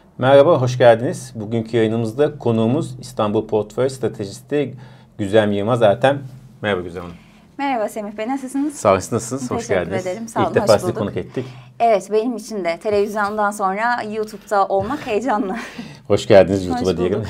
Merhaba, hoş geldiniz. Bugünkü yayınımızda konuğumuz İstanbul Portföy Stratejisti Güzem Yılmaz Ertem. Merhaba Güzem Hanım. Merhaba Semih Bey, nasılsınız? Sağ olun, nasılsınız? Hoş Teşekkür geldiniz. ederim. Sağ olun, İlk defa hoş sizi bulduk. konuk ettik. Evet, benim için de televizyondan sonra YouTube'da olmak heyecanlı. Hoş geldiniz YouTube'a diyelim.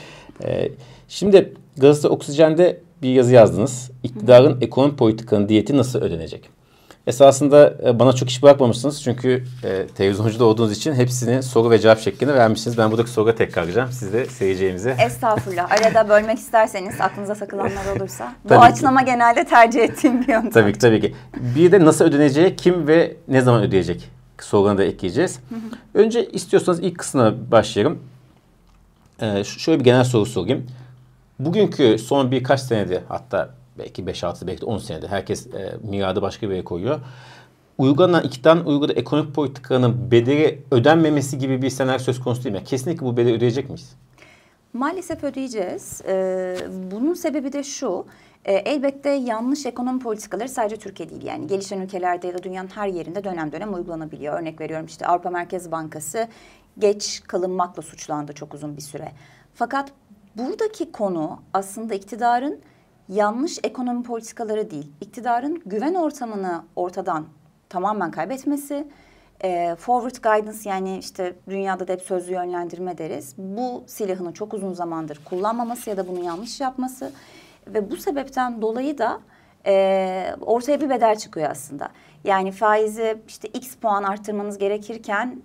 Şimdi Gazete Oksijen'de bir yazı yazdınız. İktidarın ekonomi politikanın diyeti nasıl ödenecek? Esasında bana çok iş bırakmamışsınız çünkü televizyoncuda olduğunuz için hepsini soru ve cevap şeklinde vermişsiniz. Ben buradaki soruya tekrarlayacağım. Siz de seyircilerimize. Estağfurullah. Arada bölmek isterseniz aklınıza takılanlar olursa. Doğaçlama genelde tercih ettiğim bir yöntem. Tabii ki. Bir de nasıl ödeneceği, kim ve ne zaman ödeyecek sorularını da ekleyeceğiz. Önce istiyorsanız ilk kısmına başlayalım. Şöyle bir genel soru sorayım. Bugünkü son birkaç senede, hatta belki 5-6, belki de 10 senede herkes miradı başka bir yere koyuyor. İktidarın uyguladığı ekonomik politikanın bedeli ödenmemesi gibi bir senaryo söz konusu değil mi? Kesinlikle bu bedeli ödeyecek miyiz? Maalesef ödeyeceğiz. Bunun sebebi de şu. Elbette yanlış ekonomi politikaları sadece Türkiye değil, yani gelişen ülkelerde ya da dünyanın her yerinde dönem dönem uygulanabiliyor. Örnek veriyorum, işte Avrupa Merkez Bankası geç kalınmakla suçlandı çok uzun bir süre. Fakat buradaki konu aslında iktidarın yanlış ekonomi politikaları değil, iktidarın güven ortamını ortadan tamamen kaybetmesi. Forward guidance, yani işte dünyada da hep sözlü yönlendirme deriz. Bu silahını çok uzun zamandır kullanmaması ya da bunu yanlış yapması ve bu sebepten dolayı da ortaya bir bedel çıkıyor aslında. Yani faizi işte X puan arttırmanız gerekirken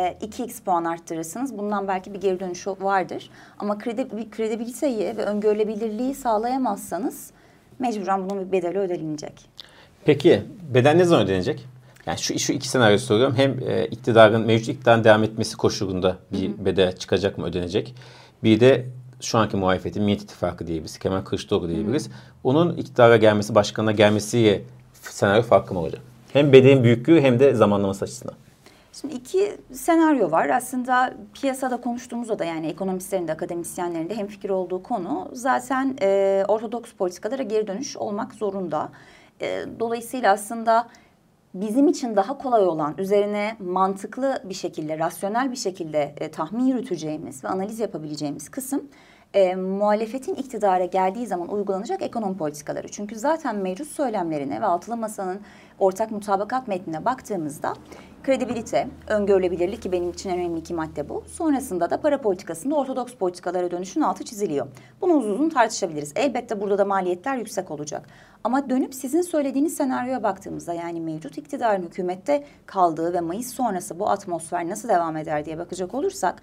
2X puan arttırırsınız. Bundan belki bir geri dönüş vardır. Ama kredibiliteyi ve öngörülebilirliği sağlayamazsanız mecburen bunun bir bedeli ödenecek. Peki bedel ne zaman ödenecek? Yani şu iki senaryo soruyorum. Hem mevcut iktidarın devam etmesi koşulunda bir bedel çıkacak mı, ödenecek? Bir de şu anki muhalefetin Millet İttifakı diyebiliriz, Kemal Kılıçdaroğlu diyebiliriz. Onun iktidara gelmesi, başkanına gelmesiyle senaryo farklı mı olacak? Hem bedelin büyüklüğü hem de zamanlaması açısından. Şimdi iki senaryo var. Aslında piyasada konuştuğumuzda da, yani ekonomistlerin de akademisyenlerin de hemfikir olduğu konu zaten ortodoks politikalara geri dönüş olmak zorunda. Dolayısıyla aslında bizim için daha kolay olan, üzerine mantıklı bir şekilde, rasyonel bir şekilde tahmin yürüteceğimiz ve analiz yapabileceğimiz kısım muhalefetin iktidara geldiği zaman uygulanacak ekonomi politikaları. Çünkü zaten mevcut söylemlerine ve altılı masanın ortak mutabakat metnine baktığımızda kredibilite, öngörülebilirlik, ki benim için önemli iki madde bu. Sonrasında da para politikasında ortodoks politikalara dönüşün altı çiziliyor. Bunu uzun uzun tartışabiliriz. Elbette burada da maliyetler yüksek olacak. Ama dönüp sizin söylediğiniz senaryoya baktığımızda, yani mevcut iktidarın hükümette kaldığı ve Mayıs sonrası bu atmosfer nasıl devam eder diye bakacak olursak,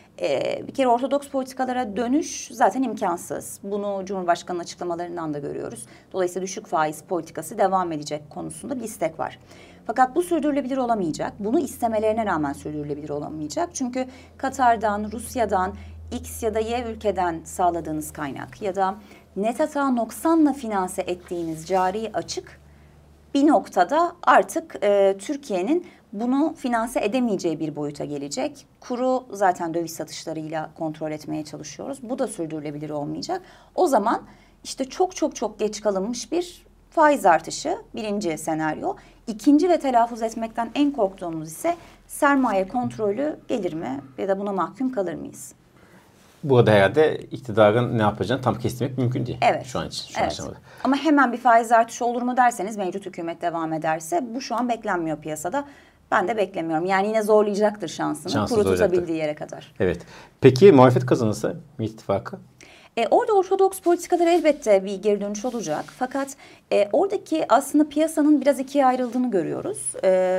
bir kere ortodoks politikalara dönüş zaten imkansız. Bunu Cumhurbaşkanı'nın açıklamalarından da görüyoruz. Dolayısıyla düşük faiz politikası devam edecek konusunda bir istek var. Fakat bu sürdürülebilir olamayacak. Bunu istemelerine rağmen sürdürülebilir olamayacak. Çünkü Katar'dan, Rusya'dan, X ya da Y ülkeden sağladığınız kaynak ya da net hata noksanla finanse ettiğiniz cari açık bir noktada artık Türkiye'nin bunu finanse edemeyeceği bir boyuta gelecek. Kuru zaten döviz satışlarıyla kontrol etmeye çalışıyoruz. Bu da sürdürülebilir olmayacak. O zaman işte çok geç kalınmış bir faiz artışı birinci senaryo. İkinci ve telaffuz etmekten en korktuğumuz ise sermaye kontrolü gelir mi ya da buna mahkum kalır mıyız? Burada herhalde iktidarın ne yapacağını tam kestirmek mümkün değil. Evet. Şu an için. Evet. Ama hemen bir faiz artışı olur mu derseniz, mevcut hükümet devam ederse, bu şu an beklenmiyor piyasada. Ben de beklemiyorum. Yani yine zorlayacaktır şansını. Kuru tutabildiği yere kadar. Evet. Peki muhalefet kazanırsa Millet İttifakı? Orada ortodoks politikalar elbette bir geri dönüş olacak. Fakat oradaki aslında piyasanın biraz ikiye ayrıldığını görüyoruz.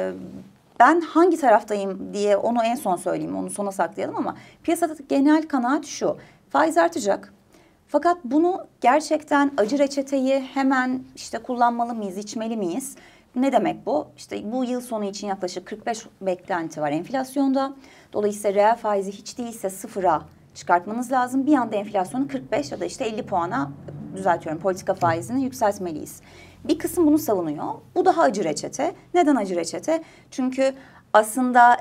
Ben hangi taraftayım diye onu en son söyleyeyim, onu sona saklayalım, ama piyasada genel kanaat şu: faiz artacak. Fakat bunu gerçekten acı reçeteyi hemen işte kullanmalı mıyız, içmeli miyiz? Ne demek bu? İşte bu yıl sonu için yaklaşık 45 beklenti var enflasyonda. Dolayısıyla reel faizi hiç değilse sıfıra çıkartmanız lazım. Bir anda enflasyonu 45 ya da işte 50 puana, düzeltiyorum, politika faizini yükseltmeliyiz. Bir kısım bunu savunuyor. Bu daha acı reçete. Neden acı reçete? Çünkü aslında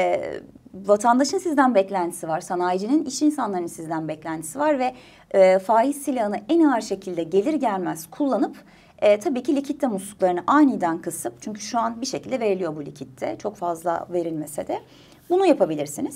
vatandaşın sizden beklentisi var. Sanayicinin, iş insanlarının sizden beklentisi var ve faiz silahını en ağır şekilde gelir gelmez kullanıp tabii ki likitte musluklarını aniden kısıp, çünkü şu an bir şekilde veriliyor bu likitte, çok fazla verilmese de, bunu yapabilirsiniz.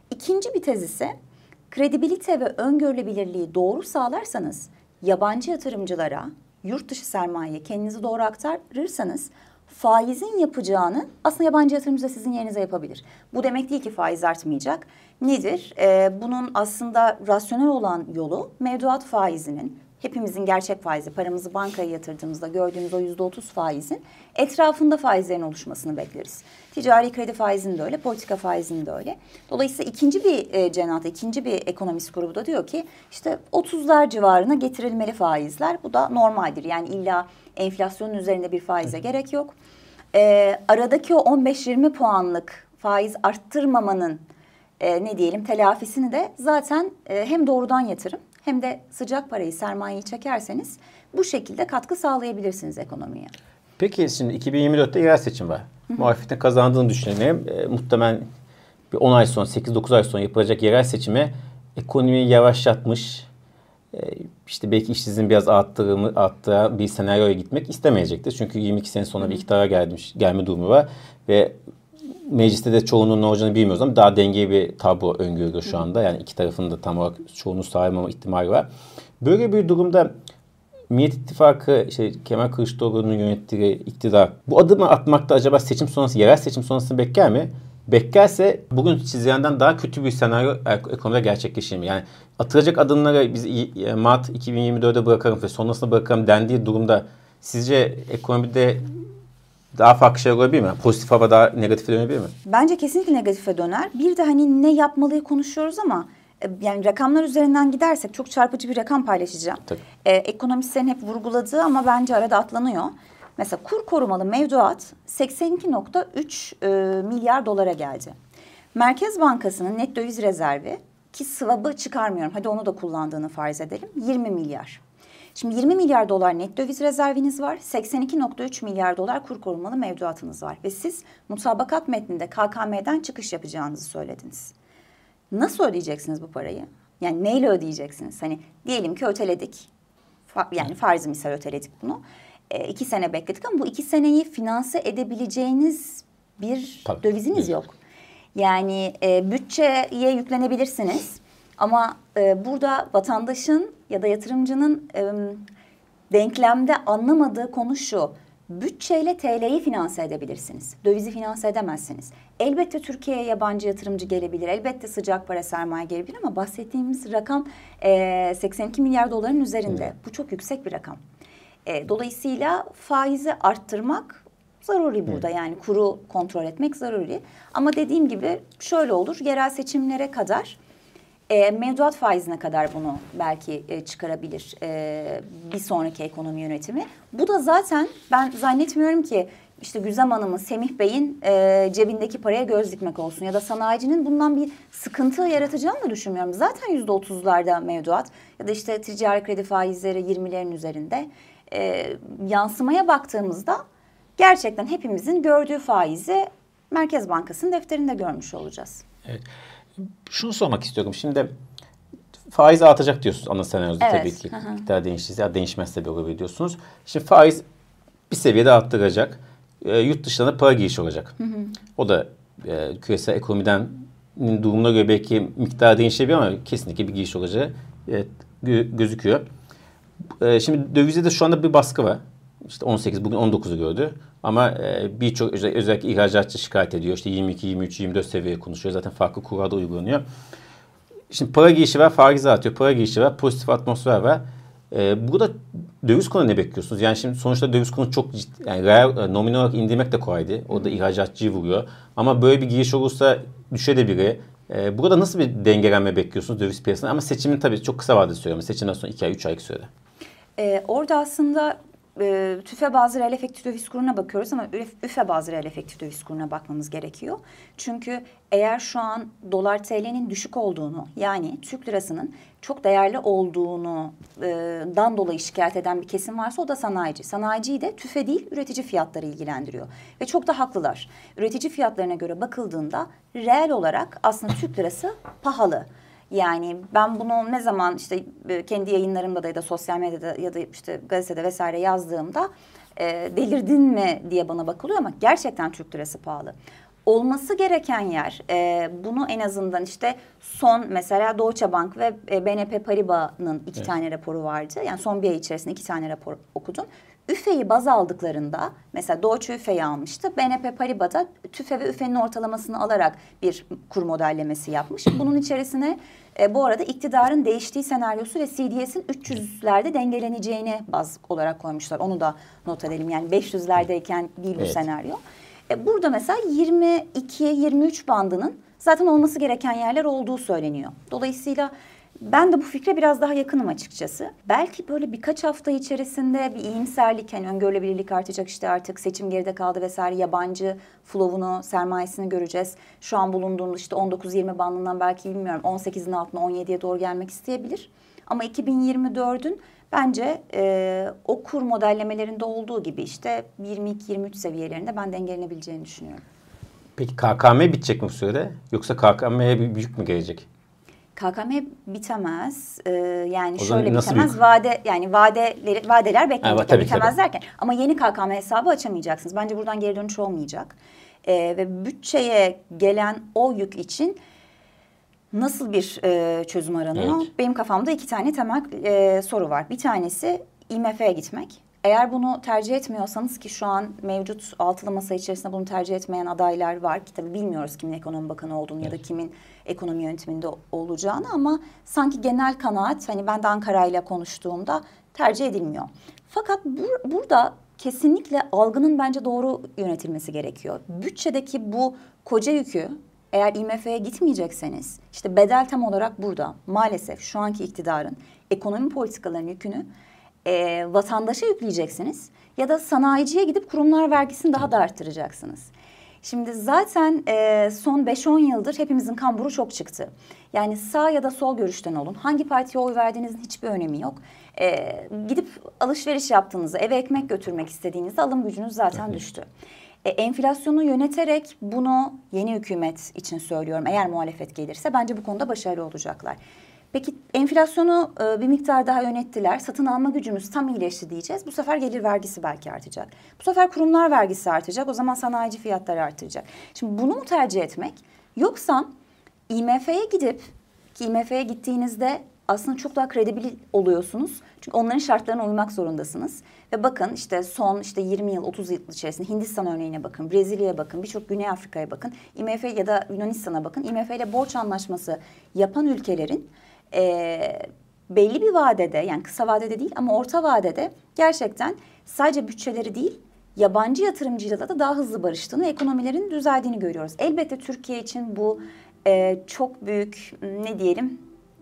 İkinci bir tez ise kredibilite ve öngörülebilirliği doğru sağlarsanız yabancı yatırımcılara yurt dışı sermaye kendinizi doğru aktarırsanız faizin yapacağını aslında yabancı yatırımcı da sizin yerinize yapabilir. Bu demek değil ki faiz artmayacak. Nedir? Bunun aslında rasyonel olan yolu mevduat faizinin, hepimizin gerçek faizi, paramızı bankaya yatırdığımızda gördüğümüz o %30 faizin etrafında faizlerin oluşmasını bekleriz. Ticari kredi faizinin de öyle, politika faizinin de öyle. Dolayısıyla ikinci bir cenahta, ikinci bir ekonomist grubu da diyor ki işte 30'lar civarına getirilmeli faizler. Bu da normaldir. Yani illa enflasyonun üzerinde bir faize gerek yok. Aradaki o 15-20 puanlık faiz arttırmamanın ne diyelim telafisini de zaten hem doğrudan yatırım hem de sıcak parayı, sermayeyi çekerseniz bu şekilde katkı sağlayabilirsiniz ekonomiye. Peki şimdi 2024'te yerel seçim var. Muhalefetin kazandığını düşünelim. Muhtemelen bir 10 ay sonra, 8-9 ay sonra yapılacak yerel seçime ekonomiyi yavaşlatmış, işte belki işsizliğin biraz arttığı bir senaryoya gitmek istemeyecektir. Çünkü 22 sene sonra bir iktidara gelme durumu var ve mecliste de çoğunluğun ne olacağını bilmiyoruz ama daha dengeli bir tablo öngörülüyor şu anda. Yani iki tarafın da tam olarak çoğunluğu sağlamama ihtimali var. Böyle bir durumda Millet İttifakı, Kemal Kılıçdaroğlu'nun yönettiği iktidar bu adımı atmakta acaba seçim sonrası, yerel seçim sonrasını bekler mi? Beklerse bugün çizilenden daha kötü bir senaryo ekonomide gerçekleşir mi? Yani atılacak adımları biz Mart 2024'de bırakalım ve sonrasında bırakalım dendiği durumda sizce ekonomide daha farklı şeyler olabilir mi? Pozitif hava daha negatife dönebilir mi? Bence kesinlikle negatife döner. Bir de hani ne yapmalıyı konuşuyoruz ama yani rakamlar üzerinden gidersek çok çarpıcı bir rakam paylaşacağım. Ekonomistlerin hep vurguladığı ama bence arada atlanıyor. Mesela kur korumalı mevduat 82,3 milyar dolara geldi. Merkez Bankası'nın net döviz rezervi ki swap'ı çıkarmıyorum. Hadi onu da kullandığını farz edelim. 20 milyar. Şimdi 20 milyar dolar net döviz rezerviniz var. 82,3 milyar dolar kur korumalı mevduatınız var. Ve siz mutabakat metninde KKM'den çıkış yapacağınızı söylediniz. Nasıl ödeyeceksiniz bu parayı? Yani neyle ödeyeceksiniz? Hani diyelim ki öteledik. Yani farz misal öteledik bunu. 2 sene bekledik ama bu 2 seneyi finanse edebileceğiniz bir döviziniz yok. Yani bütçeye yüklenebilirsiniz. Ama burada vatandaşın ya da yatırımcının denklemde anlamadığı konu şu. Bütçeyle TL'yi finanse edebilirsiniz. Dövizi finanse edemezsiniz. Elbette Türkiye'ye yabancı yatırımcı gelebilir. Elbette sıcak para sermaye gelebilir ama bahsettiğimiz rakam 82 milyar doların üzerinde. Bu çok yüksek bir rakam. Dolayısıyla faizi arttırmak zaruri burada. Yani kuru kontrol etmek zaruri. Ama dediğim gibi şöyle olur. Yerel seçimlere kadar mevduat faizine kadar bunu belki çıkarabilir bir sonraki ekonomi yönetimi. Bu da zaten ben zannetmiyorum ki işte Güzem Hanım'ın, Semih Bey'in cebindeki paraya göz dikmek olsun. Ya da sanayicinin bundan bir sıkıntı yaratacağını da düşünmüyorum. Zaten %30'larda mevduat ya da işte ticari kredi faizleri 20'lerin üzerinde. Yansımaya baktığımızda gerçekten hepimizin gördüğü faizi Merkez Bankası'nın defterinde görmüş olacağız. Evet. Şunu sormak istiyorum. Şimdi faiz artacak diyorsunuz ana senaryoda tabii ki. İktidar değişirse ya değişmezse böyle diyorsunuz. Şimdi faiz bir seviyede arttıracak. Yurt dışına para girişi olacak. O da küresel ekonomiden durumuna göre belki miktar değişebilir ama kesinlikle bir giriş olacağı gözüküyor. Şimdi dövizde de şu anda bir baskı var. İşte 18, bugün 19'u gördü. Ama birçok özellikle ihracatçı şikayet ediyor. İşte 22, 23, 24 seviyeye konuşuyor. Zaten farklı kurlarda uygulanıyor. Şimdi para girişi var, faiz artıyor. Para girişi var, pozitif atmosfer var. Burada döviz konu ne bekliyorsunuz? Yani şimdi sonuçta döviz konu çok ciddi. Yani nominal olarak indirmek de kolaydı. O da ihracatçıyı vuruyor. Ama böyle bir giriş olursa düşebilir. Burada nasıl bir dengelenme bekliyorsunuz döviz piyasasında? Ama seçimin tabii çok kısa vadede sürüyor. Seçimden sonra 2 ay, 3 aylık sürede. Orada aslında tüfe bazlı reel efektif döviz kuruna bakıyoruz ama üfe bazlı reel efektif döviz kuruna bakmamız gerekiyor. Çünkü eğer şu an dolar TL'nin düşük olduğunu yani Türk lirasının çok değerli olduğundan dolayı şikayet eden bir kesim varsa o da sanayici. Sanayiciyi de tüfe değil üretici fiyatları ilgilendiriyor. Ve çok da haklılar. Üretici fiyatlarına göre bakıldığında reel olarak aslında Türk lirası pahalı. Yani ben bunu ne zaman işte kendi yayınlarımda da ya da sosyal medyada ya da işte gazetede vesaire yazdığımda delirdin mi diye bana bakılıyor ama gerçekten Türk lirası pahalı. Olması gereken yer, bunu en azından işte son mesela Deutsche Bank ve BNP Paribas'ın iki tane raporu vardı. Yani son bir ay içerisinde 2 tane rapor okudum. ÜFE'yi baz aldıklarında mesela Deutsche ÜFE'yi almıştı. BNP Paribas da TÜFE ve ÜFE'nin ortalamasını alarak bir kur modellemesi yapmış. Bunun içerisine bu arada iktidarın değiştiği senaryosu ve CDS'in 300'lerde dengeleneceğini baz olarak koymuşlar. Onu da not edelim. Yani 500'lerdeyken değil bu senaryo. Burada mesela 22-23 bandının zaten olması gereken yerler olduğu söyleniyor. Dolayısıyla ben de bu fikre biraz daha yakınım açıkçası. Belki böyle birkaç hafta içerisinde bir iyimserlik, hani öngörülebilirlik artacak, işte artık seçim geride kaldı vesaire, yabancı flow'unu, sermayesini göreceğiz. Şu an bulunduğumuz işte 19-20 bandından belki bilmiyorum 18'in altına 17'ye doğru gelmek isteyebilir. Ama 2024'ün bence o kur modellemelerinde olduğu gibi işte 22-23 seviyelerinde ben dengelenebileceğini düşünüyorum. Peki KKM bitecek mi bu sürede? Yoksa KKM'ye bir büyük mü gelecek? KKM bitemez. Yani o şöyle bitemez. Vadeler beklenecek. Yani bitemez derken. Ama yeni KKM hesabı açamayacaksınız. Bence buradan geri dönüş olmayacak. Ve bütçeye gelen o yük için nasıl bir çözüm aranıyor? Evet. Benim kafamda 2 tane temel soru var. Bir tanesi IMF'ye gitmek. Eğer bunu tercih etmiyorsanız, ki şu an mevcut altılı masa içerisinde bunu tercih etmeyen adaylar var ki tabii bilmiyoruz kimin ekonomi bakanı olduğunu ya da kimin ekonomi yönetiminde olacağını, ama sanki genel kanaat, hani ben de Ankara ile konuştuğumda, tercih edilmiyor. Fakat burada kesinlikle algının bence doğru yönetilmesi gerekiyor. Bütçedeki bu koca yükü eğer IMF'ye gitmeyecekseniz, işte bedel tam olarak burada. Maalesef şu anki iktidarın ekonomi politikalarının yükünü vatandaşa yükleyeceksiniz ya da sanayiciye gidip kurumlar vergisini daha da arttıracaksınız. Şimdi zaten son 5-10 yıldır hepimizin kamburu çok çıktı. Yani sağ ya da sol görüşten olun, hangi partiye oy verdiğinizin hiçbir önemi yok. Gidip alışveriş yaptığınızda, eve ekmek götürmek istediğinizde alım gücünüz zaten düştü. Enflasyonu yöneterek, bunu yeni hükümet için söylüyorum, eğer muhalefet gelirse bence bu konuda başarılı olacaklar. Peki enflasyonu bir miktar daha yönettiler, satın alma gücümüz tam iyileşti diyeceğiz. Bu sefer gelir vergisi belki artacak. Bu sefer kurumlar vergisi artacak, o zaman sanayici fiyatları artacak. Şimdi bunu mu tercih etmek, yoksa IMF'ye gidip, ki IMF'ye gittiğinizde aslında çok daha kredibil oluyorsunuz. Çünkü onların şartlarına uymak zorundasınız. Ve bakın işte son 20 yıl, 30 yıl içerisinde Hindistan örneğine bakın, Brezilya'ya bakın, birçok Güney Afrika'ya bakın, IMF ya da Yunanistan'a bakın. IMF ile borç anlaşması yapan ülkelerin belli bir vadede, yani kısa vadede değil ama orta vadede gerçekten sadece bütçeleri değil, yabancı yatırımcıyla da daha hızlı barıştığını, ekonomilerin düzeldiğini görüyoruz. Elbette Türkiye için bu çok büyük, ne diyelim,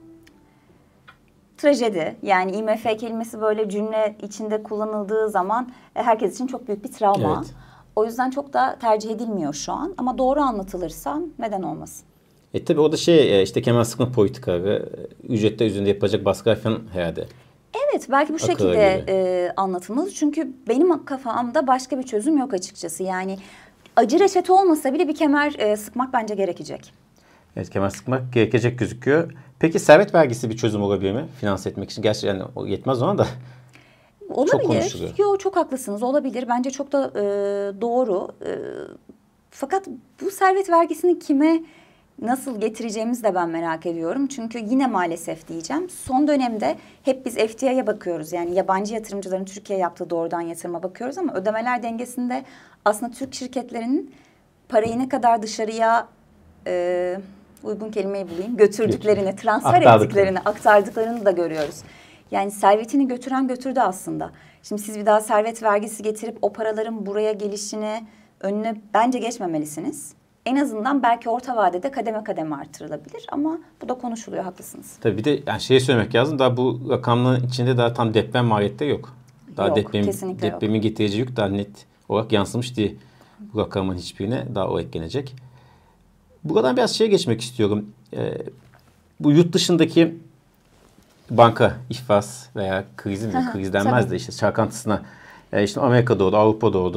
trajedi. Yani IMF kelimesi böyle cümle içinde kullanıldığı zaman herkes için çok büyük bir travma. Evet. O yüzden çok da tercih edilmiyor şu an, ama doğru anlatılırsa neden olmasın? Tabii o da işte kemer sıkma politikaları, ücretler üzerinde yapılacak baskı falan herhalde. Evet, belki bu şekilde anlatılmalı. Çünkü benim kafamda başka bir çözüm yok açıkçası. Yani acı reçete olmasa bile bir kemer sıkmak bence gerekecek. Evet, kemer sıkmak gerekecek gözüküyor. Peki servet vergisi bir çözüm olabilir mi finanse etmek için? Gerçi yani o yetmez ona da. Olabilir. Yok, çok haklısınız, olabilir. Bence çok da doğru. Fakat bu servet vergisini kime nasıl getireceğimizi de ben merak ediyorum. Çünkü yine maalesef diyeceğim, son dönemde hep biz FDI'ye bakıyoruz. Yani yabancı yatırımcıların Türkiye'ye yaptığı doğrudan yatırıma bakıyoruz, ama ödemeler dengesinde aslında Türk şirketlerinin parayı ne kadar dışarıya uygun kelimeyi bulayım, götürdüklerini, transfer ettiklerini, aktardıklarını da görüyoruz. Yani servetini götüren götürdü aslında. Şimdi siz bir daha servet vergisi getirip o paraların buraya gelişini önüne bence geçmemelisiniz. En azından belki orta vadede kademe kademe artırılabilir, ama bu da konuşuluyor, haklısınız. Tabii bir de yani söylemek lazım, daha bu rakamların içinde daha tam deprem maliyetleri yok. Daha yok, depremin getireceği yük daha net olarak yansımış değil bu rakamın hiçbirine, daha o eklenecek. Buradan biraz geçmek istiyorum. Bu yurt dışındaki banka iflas veya kriz mi? Kriz denmez de işte çalkantısına işte Amerika'da oldu, Avrupa'da oldu.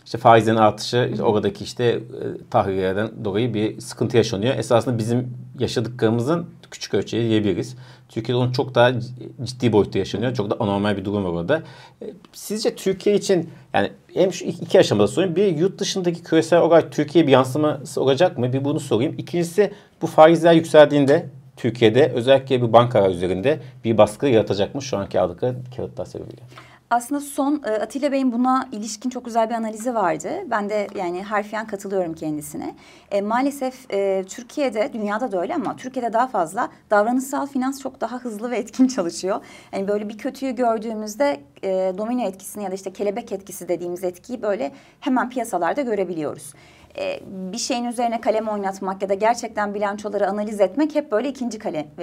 İşte faizlerin artışı, işte oradaki işte tahrillerden dolayı bir sıkıntı yaşanıyor. Esasında bizim yaşadıklarımızın küçük ölçeği diyebiliriz. Türkiye'de onun çok daha ciddi boyutta yaşanıyor. Çok da anormal bir durum var orada. Sizce Türkiye için yani hem şu iki aşamada sorayım. Bir, yurt dışındaki küresel olarak Türkiye'ye bir yansıması olacak mı? Bir bunu sorayım. İkincisi, bu faizler yükseldiğinde Türkiye'de özellikle bir bankalar üzerinde bir baskı yaratacak mı şu anki aldıkları kağıtlar sebebiyle? Aslında son Atilla Bey'in buna ilişkin çok güzel bir analizi vardı. Ben de yani harfiyen katılıyorum kendisine. Maalesef Türkiye'de, dünyada da öyle ama Türkiye'de daha fazla davranışsal finans çok daha hızlı ve etkin çalışıyor. Yani böyle bir kötüyü gördüğümüzde domino etkisini ya da işte kelebek etkisi dediğimiz etkiyi böyle hemen piyasalarda görebiliyoruz. Bir şeyin üzerine kalem oynatmak ya da gerçekten bilançoları analiz etmek hep böyle ikinci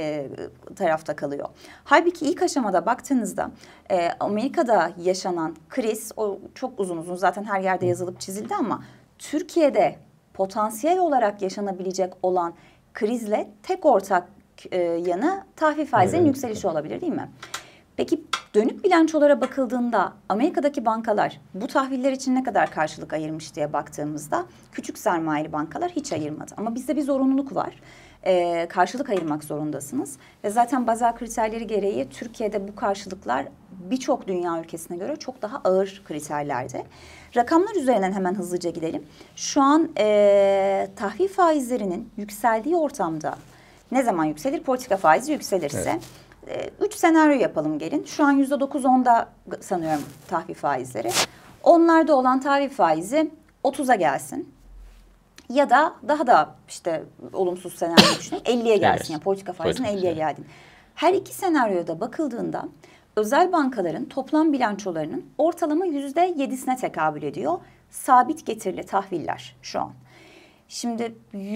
tarafta kalıyor. Halbuki ilk aşamada baktığınızda Amerika'da yaşanan kriz, o çok uzun zaten her yerde yazılıp çizildi ama Türkiye'de potansiyel olarak yaşanabilecek olan krizle tek ortak yanı tahvil faizinin yükselişi olabilir, değil mi? Peki dönük bilançolara bakıldığında Amerika'daki bankalar bu tahviller için ne kadar karşılık ayırmış diye baktığımızda küçük sermayeli bankalar hiç ayırmadı. Ama bizde bir zorunluluk var. Karşılık ayırmak zorundasınız. Ve zaten Basel kriterleri gereği Türkiye'de bu karşılıklar birçok dünya ülkesine göre çok daha ağır kriterlerde. Rakamlar üzerinden hemen hızlıca gidelim. Şu an tahvil faizlerinin yükseldiği ortamda ne zaman yükselir? Politika faizi yükselirse. Evet. 3 senaryo yapalım gelin. Şu an %9-10'da sanıyorum tahvil faizleri. Onlarda olan tahvil faizi 30'a gelsin. Ya da daha da işte olumsuz senaryo düşünün 50'ye gelsin. Evet. Yani politika faizinin 50'ye geldi. Her iki senaryoda bakıldığında özel bankaların toplam bilançolarının ortalama %7'sine tekabül ediyor. Sabit getirili tahviller şu an. Şimdi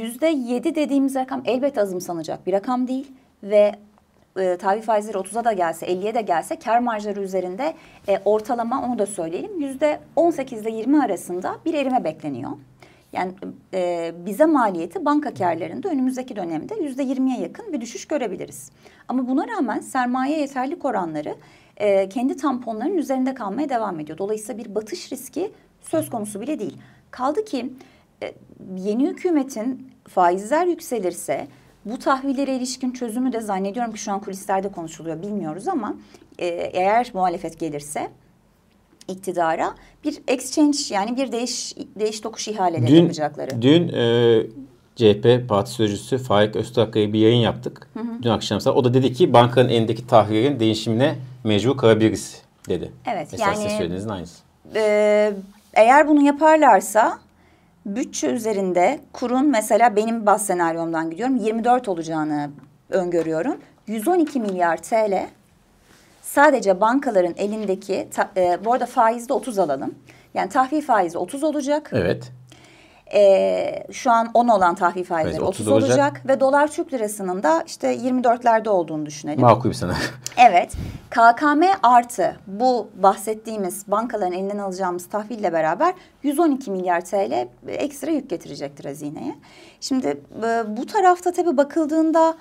%7 dediğimiz rakam elbette azımsanacak bir rakam değil ve tahvil faizleri 30'a da gelse 50'ye de gelse kar marjları üzerinde ortalama, onu da söyleyelim, %18 ile 20 arasında bir erime bekleniyor. Yani bize maliyeti banka kârlarında önümüzdeki dönemde %20'ye yakın bir düşüş görebiliriz. Ama buna rağmen sermaye yeterlilik oranları kendi tamponlarının üzerinde kalmaya devam ediyor. Dolayısıyla bir batış riski söz konusu bile değil. Kaldı ki yeni hükümetin faizler yükselirse bu tahvillere ilişkin çözümü de zannediyorum ki şu an kulislerde konuşuluyor, bilmiyoruz ama eğer muhalefet gelirse iktidara bir exchange, yani bir değiş tokuş ihaleleri yapacakları. Dün CHP Parti Sözcüsü Faik Öztürk'e bir yayın yaptık. Dün akşam o da dedi ki bankanın elindeki tahvillerin değişimine mecbur kalabiliriz dedi. Evet. Esas yani söylediğinizin aynısı. Eğer bunu yaparlarsa bütçe üzerinde kurun, mesela benim baz senaryomdan gidiyorum, 24 olacağını öngörüyorum. 112 milyar TL sadece bankaların elindeki, bu arada faizde 30 alalım. Yani tahvil faizi 30 olacak. Evet. Şu an 10 olan tahvil faizleri 30 olacak. Ve dolar Türk lirasının da işte 24'lerde olduğunu düşünelim. Makul bir sana. Evet. KKM artı bu bahsettiğimiz bankaların elinden alacağımız tahville beraber 112 milyar TL ekstra yük getirecektir hazineye. Şimdi bu tarafta tabii bakıldığında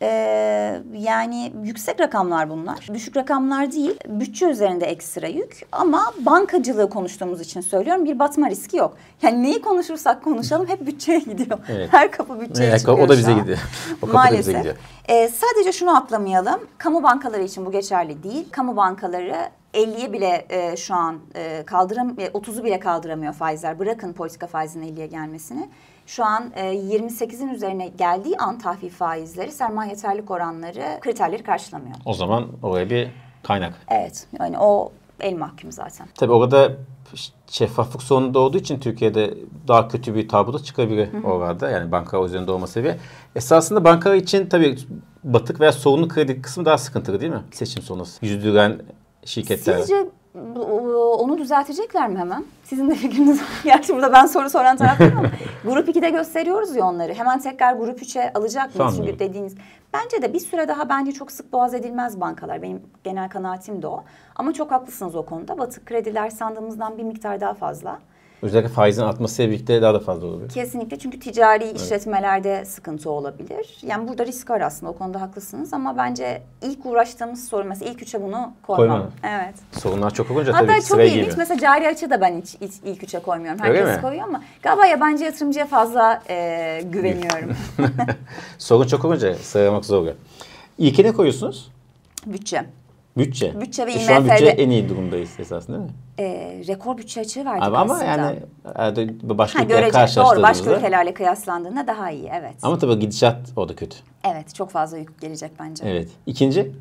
yani yüksek rakamlar bunlar. Düşük rakamlar değil. Bütçe üzerinde ekstra yük ama bankacılığı konuştuğumuz için söylüyorum, bir batma riski yok. Yani neyi konuşursak konuşalım hep bütçeye gidiyor. Evet. Her kapı bütçeye çıkıyor. O da bize gidiyor. O kapı maalesef. Da bize gidiyor. Sadece şunu atlamayalım. Kamu bankaları için bu geçerli değil. Kamu bankaları 50'ye bile şu an 30'u bile kaldıramıyor faizler. Bırakın politika faizinin 50'ye gelmesini. Şu an 28'in üzerine geldiği an tahvil faizleri, sermaye yeterlilik oranları kriterleri karşılamıyor. O zaman oraya bir kaynak. Evet. Yani o el mahkum zaten. Tabii orada şeffaflık sorunu doğduğu için Türkiye'de daha kötü bir tablo da çıkabilir orada. Yani banka üzerinde olma seviye. Esasında bankalar için tabii batık veya sorunlu kredi kısmı daha sıkıntılı değil mi? Seçim sonrası. Yüzdüren şirketler. Sizce onu düzeltecekler mi hemen? Sizin de fikriniz var. Gerçi burada ben soru soran taraftayım ama Grup 2'de gösteriyoruz ya onları. Hemen tekrar Grup 3'e alacak mıyız? Çünkü dediğiniz. Bence de bir süre daha bence çok sık boğaz edilmez bankalar. Benim genel kanaatim de o. Ama çok haklısınız o konuda. Batık krediler sandığımızdan bir miktar daha fazla. Özellikle faizin artmasıyla birlikte daha da fazla olabilir. Kesinlikle, çünkü ticari işletmelerde sıkıntı olabilir. Yani burada risk var aslında, o konuda haklısınız ama bence ilk uğraştığımız sorun, mesela ilk üçe bunu koymam. Evet. Sorunlar çok olunca hatta tabii ki çok sıraya ilginç girmiyor. mesela cari açı da ben hiç ilk üçe koymuyorum. Öyle Herkes mi? koyuyor ama galiba yabancı yatırımcıya fazla güveniyorum. Sorun çok olunca sıralamak zor oluyor. İlke ne koyuyorsunuz? Bütçe. Bütçe. Bütçe ve Şu an bütçe IMF'de. en iyi durumdayız esasında değil mi? Rekor bütçe açığı verdik Ama aslında. yani başka ülkeler görece, karşılaştırdığımızda. doğru, başka ülkelerle kıyaslandığında daha iyi, evet. Ama tabii gidişat orada kötü. Evet, çok fazla yük gelecek bence. Evet. İkinci?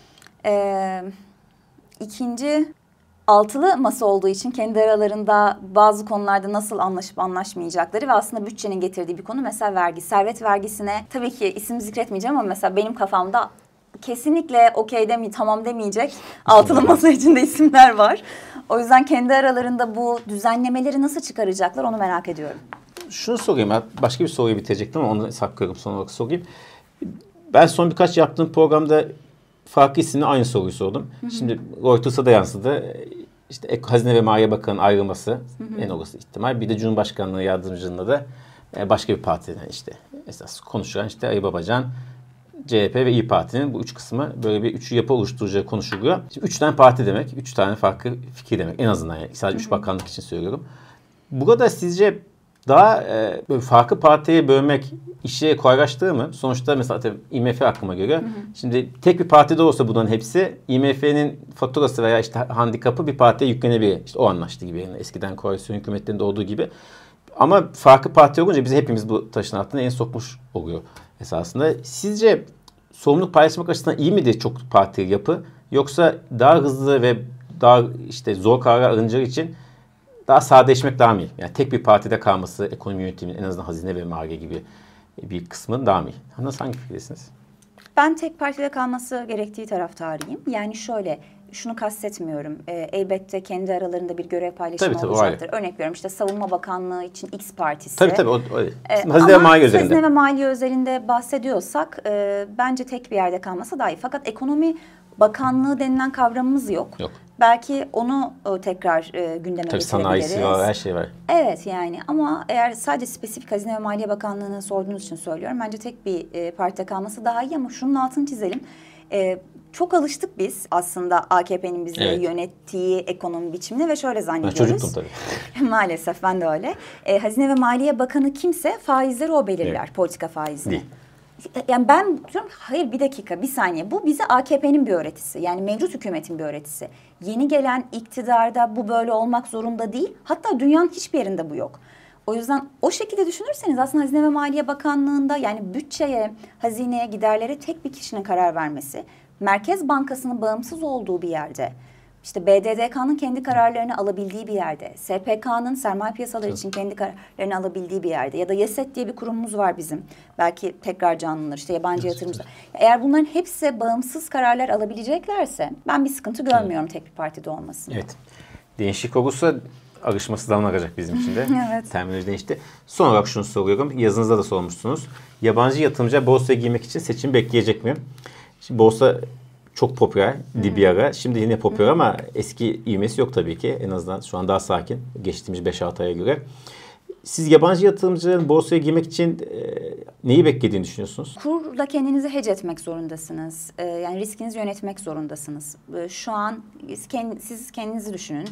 İkinci, altılı masa olduğu için kendi aralarında bazı konularda nasıl anlaşıp anlaşmayacakları ve aslında bütçenin getirdiği bir konu, mesela vergi. Servet vergisine tabii ki isim zikretmeyeceğim ama mesela benim kafamda kesinlikle okey tamam demeyecek altılı masa içinde isimler var. O yüzden kendi aralarında bu düzenlemeleri nasıl çıkaracaklar onu merak ediyorum. Şunu sorayım. Başka bir soruyu bitirecektim ama onu saklıyorum, son olarak sorayım. Ben son birkaç yaptığım programda farklı isimle aynı soruyu sordum. Şimdi Reuters'a da yansıdı. İşte Hazine ve Maliye Bakanı'nın ayrılması en olası ihtimal. Bir de Cumhurbaşkanlığı yardımcılığında da başka bir partiden işte esas konuşulan işte Ali Babacan, CHP ve İYİ Parti'nin bu üç kısmı böyle bir üçlü yapı oluşturacağı konuşuluyor. Şimdi 3 tane parti demek, 3 tane farklı fikir demek en azından, yani sadece 3 bakanlık için söylüyorum. Burada sizce daha böyle farklı partiye bölmek işi kolaylaştırır mı? Sonuçta mesela IMF aklıma göre. Şimdi tek bir partide olsa bunların hepsi, IMF'nin faturası veya işte handikapı bir partiye yüklenebilir. İşte o anlaştı gibi. Yani eskiden koalisyon hükümetlerinde olduğu gibi. Ama farklı parti olunca bizi hepimiz bu taşın altına en sokmuş oluyor esasında. Sizce sorumluluk paylaşmak açısından iyi midir çok partili yapı? Yoksa daha hızlı ve daha işte zor kararlar alınacağı için daha sadeleşmek daha mı iyi? Yani tek bir partide kalması, ekonomi yönetiminin en azından hazine ve maliye gibi bir kısmının daha mı iyi? Nasıl, hangi fikirdesiniz? Ben tek partide kalması gerektiği taraftarıyım. Yani şöyle, şunu kastetmiyorum. Elbette kendi aralarında bir görev paylaşımı olacaktır. Örnek veriyorum, işte Savunma Bakanlığı için X partisi. Tabii o hazine ve maliye özelinde. Hazine ve maliye özelinde bahsediyorsak bence tek bir yerde kalması daha iyi. Fakat ekonomi bakanlığı denilen kavramımız yok. Belki onu tekrar gündeme getirebiliriz. Tabii sanayisi var, her şey var. Evet yani, ama eğer sadece spesifik Hazine ve Maliye Bakanlığı'nı sorduğunuz için söylüyorum. Bence tek bir partide kalması daha iyi ama şunun altını çizelim. Çok alıştık biz aslında AKP'nin bizi yönettiği ekonomi biçimine ve şöyle zannediyoruz. Ben çocuktum tabii. Maalesef ben de öyle. Hazine ve Maliye Bakanı kimse faizleri o belirler, politika faizini. Değil. Yani ben diyorum hayır, bir dakika, bir saniye, bu bize AKP'nin bir öğretisi, yani mevcut hükümetin bir öğretisi. Yeni gelen iktidarda bu böyle olmak zorunda değil, hatta dünyanın hiçbir yerinde bu yok. O yüzden o şekilde düşünürseniz aslında Hazine ve Maliye Bakanlığı'nda, yani bütçeye, hazineye, giderlere tek bir kişinin karar vermesi, Merkez Bankası'nın bağımsız olduğu bir yerde, İşte BDDK'nın kendi kararlarını alabildiği bir yerde, SPK'nın sermaye piyasaları için kendi kararlarını alabildiği bir yerde ya da YESET diye bir kurumumuz var bizim. Belki tekrar canlanır, işte yabancı yatırımcılar. Eğer bunların hepsi bağımsız kararlar alabileceklerse ben bir sıkıntı görmüyorum tek bir partide olmasını. Evet. Değişik olursa alışmasından akacak bizim için de. Evet. Terminoloji değişti. Son olarak şunu soruyorum. Yazınızda da sormuşsunuz. Yabancı yatırımcılar borsaya girmek için seçim bekleyecek mi? Şimdi borsa çok popüler bir ara. Şimdi yine popüler ama eski ivmesi yok tabii ki. En azından şu an daha sakin. Geçtiğimiz 5-6 aya göre. Siz yabancı yatırımcıların borsaya girmek için neyi beklediğini düşünüyorsunuz? Kurla kendinizi hedge etmek zorundasınız. Yani riskinizi yönetmek zorundasınız. Şu an siz kendinizi düşünün.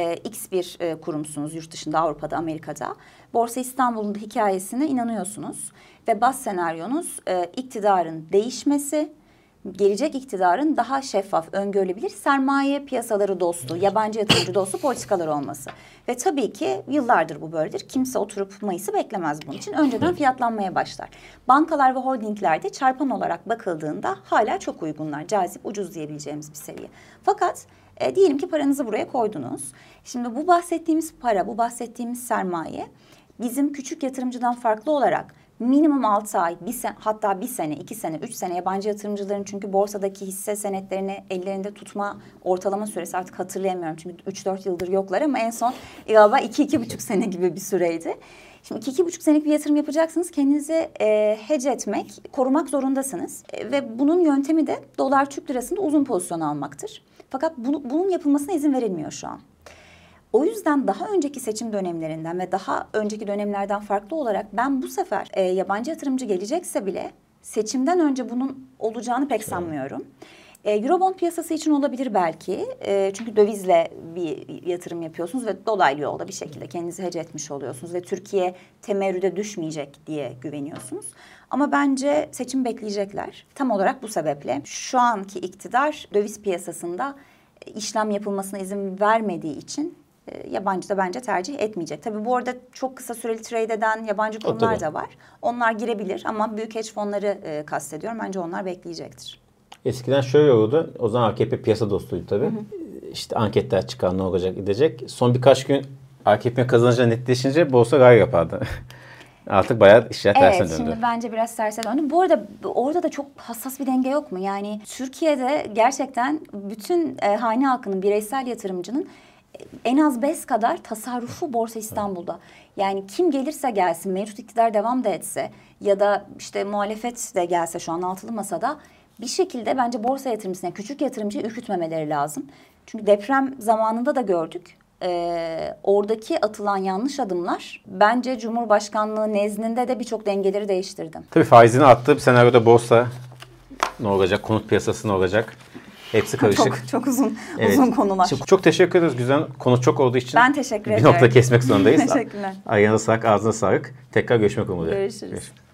X bir kurumsunuz yurt dışında, Avrupa'da, Amerika'da. Borsa İstanbul'un da hikayesine inanıyorsunuz. Ve baz senaryonuz iktidarın değişmesi, gelecek iktidarın daha şeffaf, öngörülebilir sermaye piyasaları dostu, yabancı yatırımcı dostu politikalar olması. Ve tabii ki yıllardır bu böyledir. Kimse oturup Mayıs'ı beklemez bunun için. Önceden fiyatlanmaya başlar. Bankalar ve holdinglerde çarpan olarak bakıldığında hala çok uygunlar. Cazip, ucuz diyebileceğimiz bir seviye. Fakat diyelim ki paranızı buraya koydunuz. Şimdi bu bahsettiğimiz para, bu bahsettiğimiz sermaye bizim küçük yatırımcıdan farklı olarak minimum 6 ay, hatta 1 sene, 2 sene, 3 sene yabancı yatırımcıların, çünkü borsadaki hisse senetlerini ellerinde tutma ortalama süresi artık hatırlayamıyorum. Çünkü 3-4 yıldır yoklar ama en son galiba 2-2,5 sene gibi bir süreydi. Şimdi 2-2,5 senelik bir yatırım yapacaksınız. Kendinizi hedge etmek, korumak zorundasınız. Ve bunun yöntemi de dolar Türk lirasında uzun pozisyon almaktır. Fakat bunun yapılmasına izin verilmiyor şu an. O yüzden daha önceki seçim dönemlerinden ve daha önceki dönemlerden farklı olarak ben bu sefer yabancı yatırımcı gelecekse bile seçimden önce bunun olacağını pek sanmıyorum. Eurobond piyasası için olabilir belki. Çünkü dövizle bir yatırım yapıyorsunuz ve dolaylı yolda bir şekilde kendinizi hece etmiş oluyorsunuz ve Türkiye temerrüde düşmeyecek diye güveniyorsunuz. Ama bence seçim bekleyecekler. Tam olarak bu sebeple şu anki iktidar döviz piyasasında işlem yapılmasına izin vermediği için yabancı da bence tercih etmeyecek. Tabii bu arada çok kısa süreli trade eden yabancı kurumlar da var. Onlar girebilir ama büyük hedge fonları kastediyorum. Bence onlar bekleyecektir. Eskiden şöyle oldu. O zaman AKP piyasa dostuydu tabii. Hı hı. İşte anketler çıkar, ne olacak, gidecek. Son birkaç gün AKP'nin kazanacağı netleşince borsa gayri yapardı. Artık bayağı işler tersine döndü. Evet, şimdi bence biraz terse döndü. Bu arada orada da çok hassas bir denge yok mu? Yani Türkiye'de gerçekten bütün hane halkının, bireysel yatırımcının en az BES kadar tasarrufu Borsa İstanbul'da. Yani kim gelirse gelsin, mevcut iktidar devam da etse ya da işte muhalefet de gelse şu an altılı masada bir şekilde bence borsa yatırımcısına, küçük yatırımcıyı ürkütmemeleri lazım. Çünkü deprem zamanında da gördük. Oradaki atılan yanlış adımlar bence Cumhurbaşkanlığı nezdinde de birçok dengeleri değiştirdi. Tabii faizini arttığı bir senaryoda borsa ne olacak, konut piyasası ne olacak? Hepsi karışık. Çok uzun konular. Şimdi çok teşekkür ederiz. Güzel konu çok olduğu için. Ben teşekkür ederim. Bir nokta kesmek zorundayız. Teşekkürler. Ayağınıza sağlık, ağzına sağlık. Tekrar görüşmek umuduyla. Görüşürüz.